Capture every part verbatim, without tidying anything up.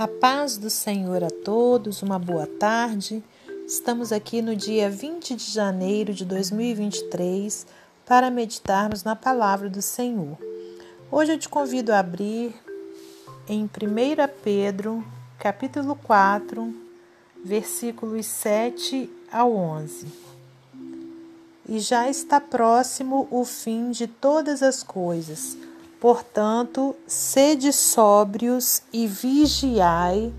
A paz do Senhor a todos, uma boa tarde. Estamos aqui no dia vinte de janeiro de dois mil e vinte e três para meditarmos na palavra do Senhor. Hoje eu te convido a abrir em primeira Pedro, capítulo quatro, versículos sete ao onze. E já está próximo o fim de todas as coisas. Portanto, sede sóbrios e vigiai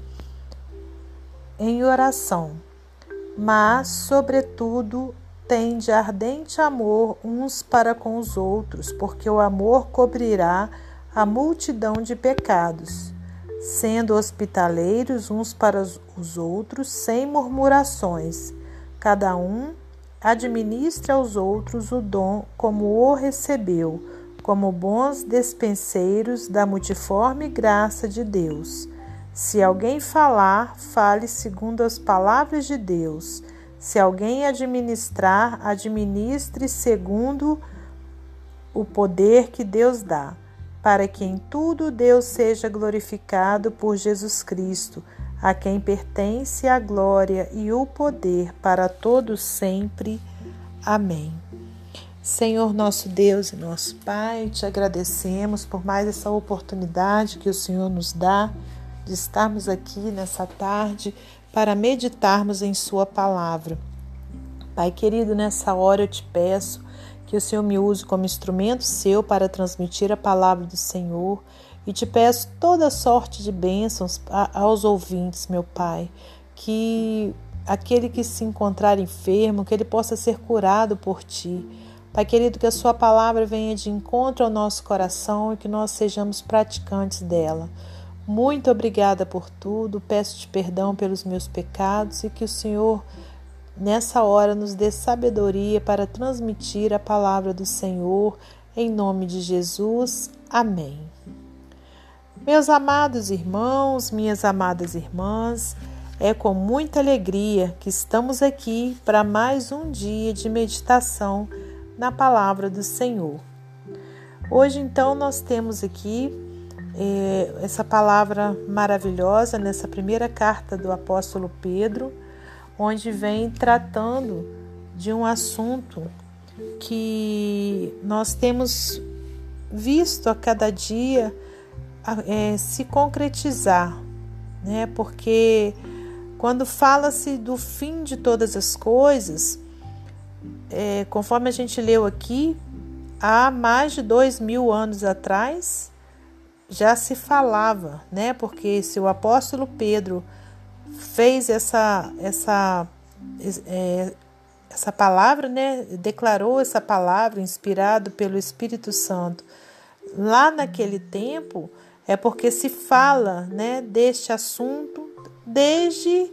em oração, mas, sobretudo, tende ardente amor uns para com os outros, porque o amor cobrirá a multidão de pecados, sendo hospitaleiros uns para os outros, sem murmurações. Cada um administra aos outros o dom como o recebeu, como bons despenseiros da multiforme graça de Deus. Se alguém falar, fale segundo as palavras de Deus. Se alguém administrar, administre segundo o poder que Deus dá, para que em tudo Deus seja glorificado por Jesus Cristo, a quem pertence a glória e o poder para todos sempre. Amém. Senhor nosso Deus e nosso Pai, te agradecemos por mais essa oportunidade que o Senhor nos dá de estarmos aqui nessa tarde para meditarmos em sua palavra. Pai querido, nessa hora eu te peço que o Senhor me use como instrumento seu para transmitir a palavra do Senhor e te peço toda sorte de bênçãos aos ouvintes, meu Pai, que aquele que se encontrar enfermo, que ele possa ser curado por ti. Pai querido, que a sua palavra venha de encontro ao nosso coração e que nós sejamos praticantes dela. Muito obrigada por tudo, peço-te perdão pelos meus pecados e que o Senhor, nessa hora, nos dê sabedoria para transmitir a palavra do Senhor, em nome de Jesus. Amém. Meus amados irmãos, minhas amadas irmãs, é com muita alegria que estamos aqui para mais um dia de meditação na palavra do Senhor. Hoje, então, nós temos aqui é, essa palavra maravilhosa nessa primeira carta do apóstolo Pedro, onde vem tratando de um assunto que nós temos visto a cada dia é, se concretizar, né? Porque quando fala-se do fim de todas as coisas, É, conforme a gente leu aqui, há mais de dois mil anos atrás já se falava, né? Porque se o apóstolo Pedro fez essa, essa, é, essa palavra, né? Declarou essa palavra inspirado pelo Espírito Santo lá naquele tempo, é porque se fala, né, deste assunto desde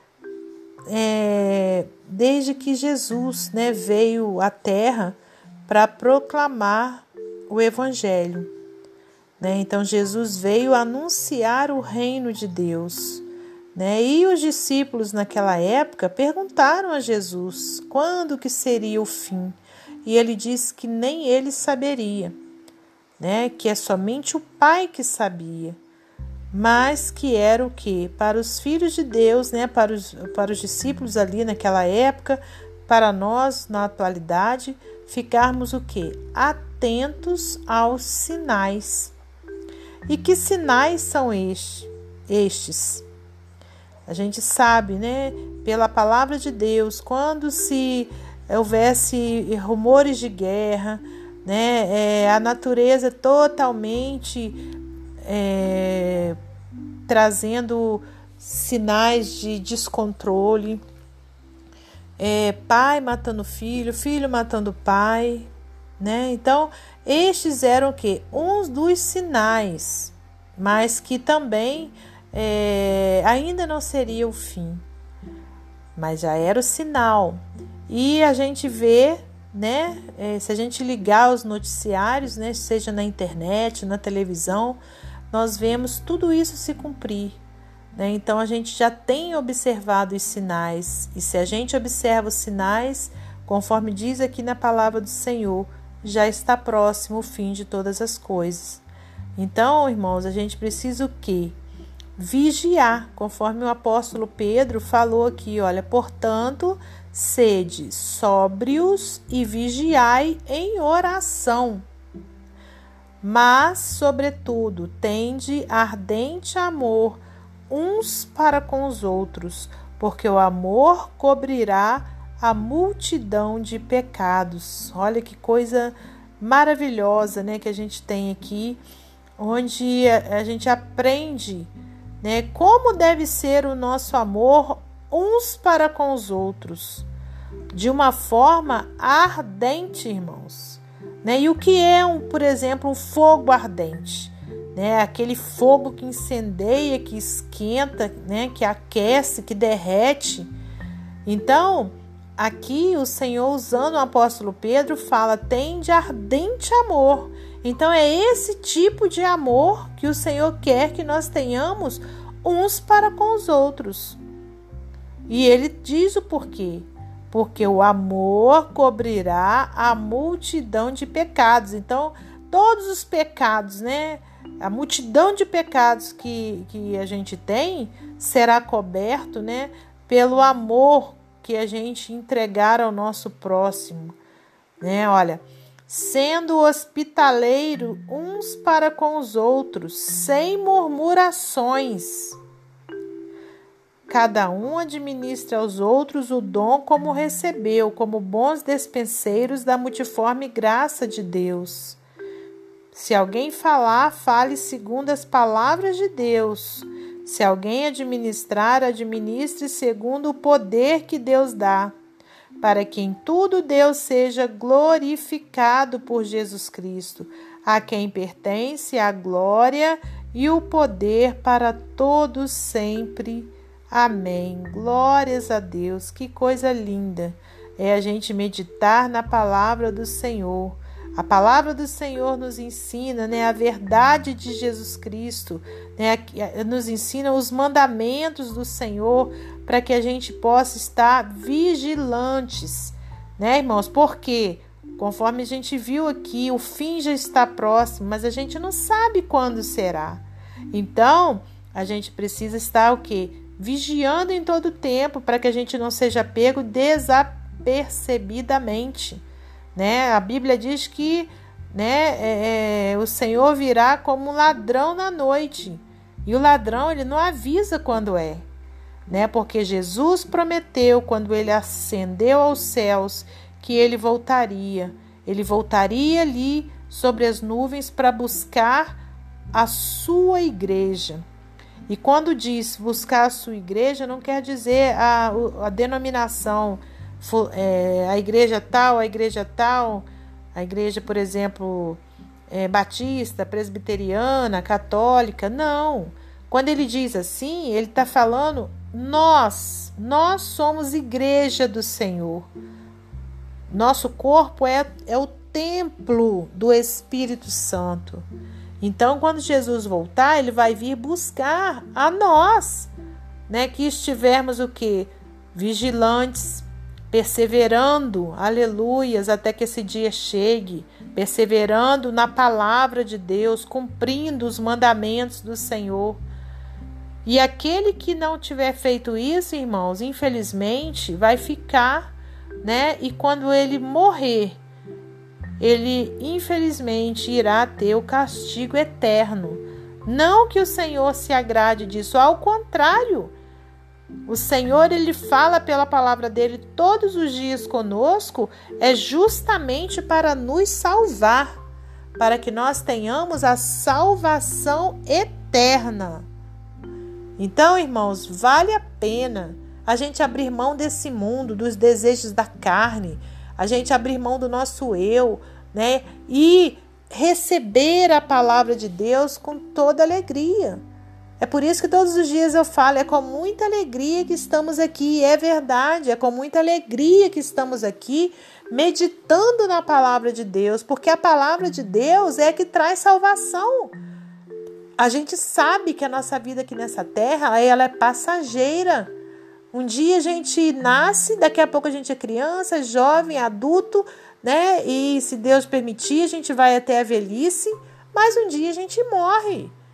É, desde que Jesus, né, veio à Terra para proclamar o Evangelho. Né? Então, Jesus veio anunciar o reino de Deus. Né? E os discípulos naquela época perguntaram a Jesus quando que seria o fim. E ele disse que nem ele saberia, né? Que é somente o Pai que sabia. Mas que era o que? Para os filhos de Deus, né? para, os, para os discípulos ali naquela época, para nós na atualidade, ficarmos o que? Atentos aos sinais. E que sinais são estes? estes? A gente sabe, né? Pela palavra de Deus, quando se houvesse rumores de guerra, né? É, a natureza totalmente É, trazendo sinais de descontrole, é, pai matando filho, filho matando pai, né? Então, estes eram o quê? Uns dos sinais, mas que também é, ainda não seria o fim, mas já era o sinal. E a gente vê, né? É, se a gente ligar os noticiários, né? Seja na internet, na televisão, nós vemos tudo isso se cumprir, né? Então a gente já tem observado os sinais, e se a gente observa os sinais, conforme diz aqui na palavra do Senhor, já está próximo o fim de todas as coisas. Então, irmãos, a gente precisa o quê? vigiar, conforme o apóstolo Pedro falou aqui, olha, portanto, sede sóbrios e vigiai em oração. Mas, sobretudo, tende ardente amor uns para com os outros, porque o amor cobrirá a multidão de pecados. Olha que coisa maravilhosa, né, que a gente tem aqui, onde a gente aprende, né, como deve ser o nosso amor uns para com os outros, de uma forma ardente, irmãos. Né? E o que é, um, por exemplo, um fogo ardente? Né? Aquele fogo que incendeia, que esquenta, né? Que aquece, que derrete. Então, aqui o Senhor, usando o apóstolo Pedro, fala, tem de ardente amor. Então, é esse tipo de amor que o Senhor quer que nós tenhamos uns para com os outros. E ele diz o porquê. Porque o amor cobrirá a multidão de pecados. Então, todos os pecados, né? A multidão de pecados que, que a gente tem será coberto, né? Pelo amor que a gente entregar ao nosso próximo, né? Olha, sendo hospitaleiro uns para com os outros, sem murmurações. Cada um administra aos outros o dom como recebeu, como bons despenseiros da multiforme graça de Deus. Se alguém falar, fale segundo as palavras de Deus. Se alguém administrar, administre segundo o poder que Deus dá, para que em tudo Deus seja glorificado por Jesus Cristo, a quem pertence a glória e o poder para todos sempre. Amém. Glórias a Deus. Que coisa linda é a gente meditar na palavra do Senhor. A palavra do Senhor nos ensina, né, a verdade de Jesus Cristo, né, nos ensina os mandamentos do Senhor para que a gente possa estar vigilantes, né, irmãos? Porque, conforme a gente viu aqui, o fim já está próximo, mas a gente não sabe quando será. Então, a gente precisa estar o quê? Vigiando em todo o tempo para que a gente não seja pego desapercebidamente. Né? A Bíblia diz que, né, é, é, o Senhor virá como um ladrão na noite. E o ladrão, ele não avisa quando é. Né? Porque Jesus prometeu, quando ele ascendeu aos céus, que ele voltaria. Ele voltaria ali sobre as nuvens para buscar a sua igreja. E quando diz buscar a sua igreja, não quer dizer a, a denominação, é, a igreja tal, a igreja tal, a igreja, por exemplo, é, batista, presbiteriana, católica. Não. Quando ele diz assim, ele está falando nós, nós somos igreja do Senhor. Nosso corpo é, é o templo do Espírito Santo. Então, quando Jesus voltar, ele vai vir buscar a nós, né, que estivermos o quê? Vigilantes, perseverando, aleluias, até que esse dia chegue, perseverando na palavra de Deus, cumprindo os mandamentos do Senhor. E aquele que não tiver feito isso, irmãos, infelizmente, vai ficar, né, e quando ele morrer, ele infelizmente irá ter o castigo eterno. Não que o Senhor se agrade disso, ao contrário. O Senhor, ele fala pela palavra dele todos os dias conosco, é justamente para nos salvar, para que nós tenhamos a salvação eterna. Então, irmãos, vale a pena a gente abrir mão desse mundo, dos desejos da carne, a gente abrir mão do nosso eu, né? E receber a palavra de Deus com toda alegria. É por isso que todos os dias eu falo, é com muita alegria que estamos aqui. É verdade, é com muita alegria que estamos aqui meditando na palavra de Deus, porque a palavra de Deus é a que traz salvação. A gente sabe que a nossa vida aqui nessa terra, ela é passageira. Um dia a gente nasce, daqui a pouco a gente é criança, jovem, adulto, né? E se Deus permitir, a gente vai até a velhice, mas um dia a gente morre.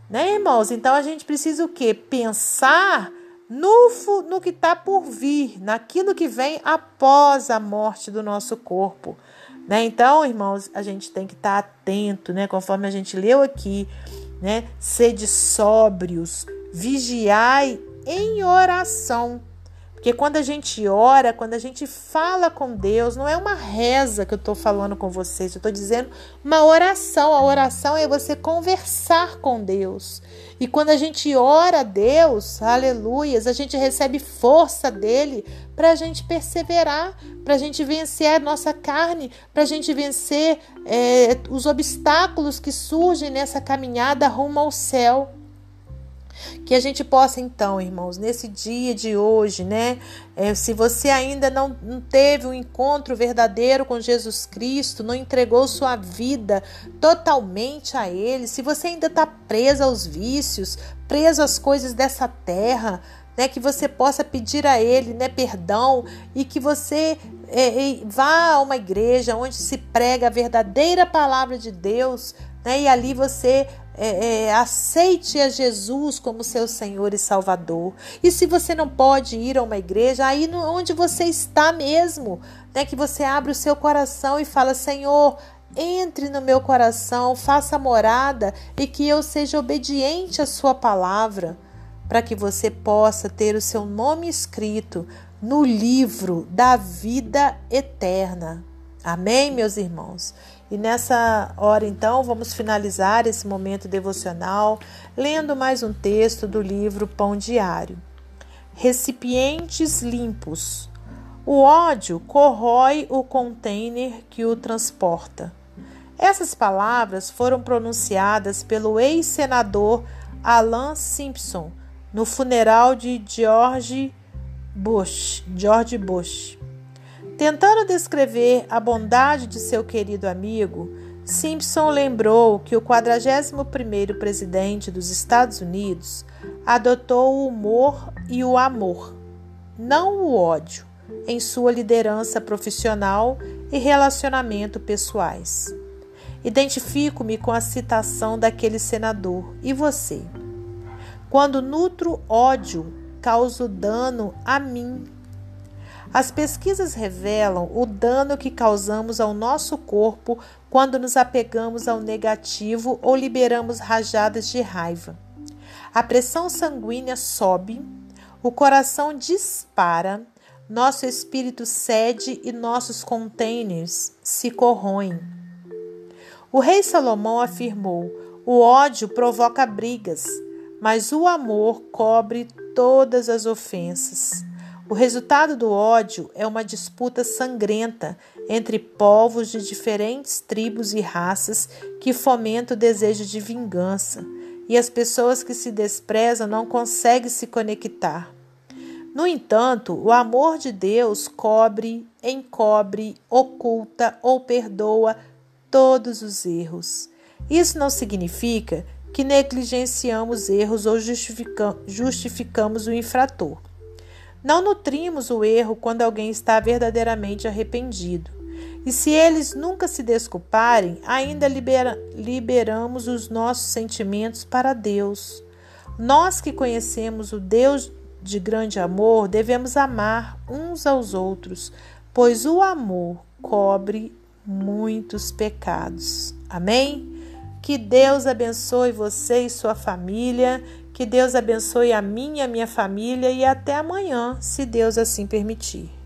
né, irmãos? Então a gente precisa o quê? Pensar no, no que está por vir, naquilo que vem após a morte do nosso corpo, né? Então, irmãos, a gente tem que estar atento, né? Conforme a gente leu aqui, né? Sede sóbrios, vigiai em oração. Porque quando a gente ora, quando a gente fala com Deus, não é uma reza que eu estou falando com vocês, eu estou dizendo uma oração. A oração é você conversar com Deus. E quando a gente ora a Deus, aleluias, a gente recebe força dele para a gente perseverar, para a gente vencer a nossa carne, para a gente vencer é, os obstáculos que surgem nessa caminhada rumo ao céu. Que a gente possa então, irmãos, nesse dia de hoje, né? É, se você ainda não, não teve um encontro verdadeiro com Jesus Cristo, não entregou sua vida totalmente a Ele, se você ainda está preso aos vícios, preso às coisas dessa terra, né? Que você possa pedir a Ele, né, perdão, e que você é, é, vá a uma igreja onde se prega a verdadeira palavra de Deus, né? E ali você É, é, aceite a Jesus como seu Senhor e Salvador. E se você não pode ir a uma igreja, aí no, onde você está mesmo, né, que você abre o seu coração e fala: Senhor, entre no meu coração, faça morada e que eu seja obediente à sua palavra, para que você possa ter o seu nome escrito no livro da vida eterna. Amém, meus irmãos? E nessa hora, então, vamos finalizar esse momento devocional lendo mais um texto do livro Pão Diário. Recipientes limpos. O ódio corrói o container que o transporta. Essas palavras foram pronunciadas pelo ex-senador Alan Simpson no funeral de George Bush. George Bush. Tentando descrever a bondade de seu querido amigo, Simpson lembrou que o quadragésimo primeiro presidente dos Estados Unidos adotou o humor e o amor, não o ódio, em sua liderança profissional e relacionamento pessoais. Identifico-me com a citação daquele senador. E você? Quando nutro ódio, causo dano a mim. As pesquisas revelam o dano que causamos ao nosso corpo quando nos apegamos ao negativo ou liberamos rajadas de raiva. A pressão sanguínea sobe, o coração dispara, nosso espírito cede e nossos containers se corroem. O rei Salomão afirmou: o ódio provoca brigas, mas o amor cobre todas as ofensas. O resultado do ódio é uma disputa sangrenta entre povos de diferentes tribos e raças que fomenta o desejo de vingança, e as pessoas que se desprezam não conseguem se conectar. No entanto, o amor de Deus cobre, encobre, oculta ou perdoa todos os erros. Isso não significa que negligenciamos erros ou justifica- justificamos o infrator. Não nutrimos o erro quando alguém está verdadeiramente arrependido. E se eles nunca se desculparem, ainda libera, liberamos os nossos sentimentos para Deus. Nós que conhecemos o Deus de grande amor, devemos amar uns aos outros, pois o amor cobre muitos pecados. Amém? Que Deus abençoe você e sua família. Que Deus abençoe a mim e a minha família e até amanhã, se Deus assim permitir.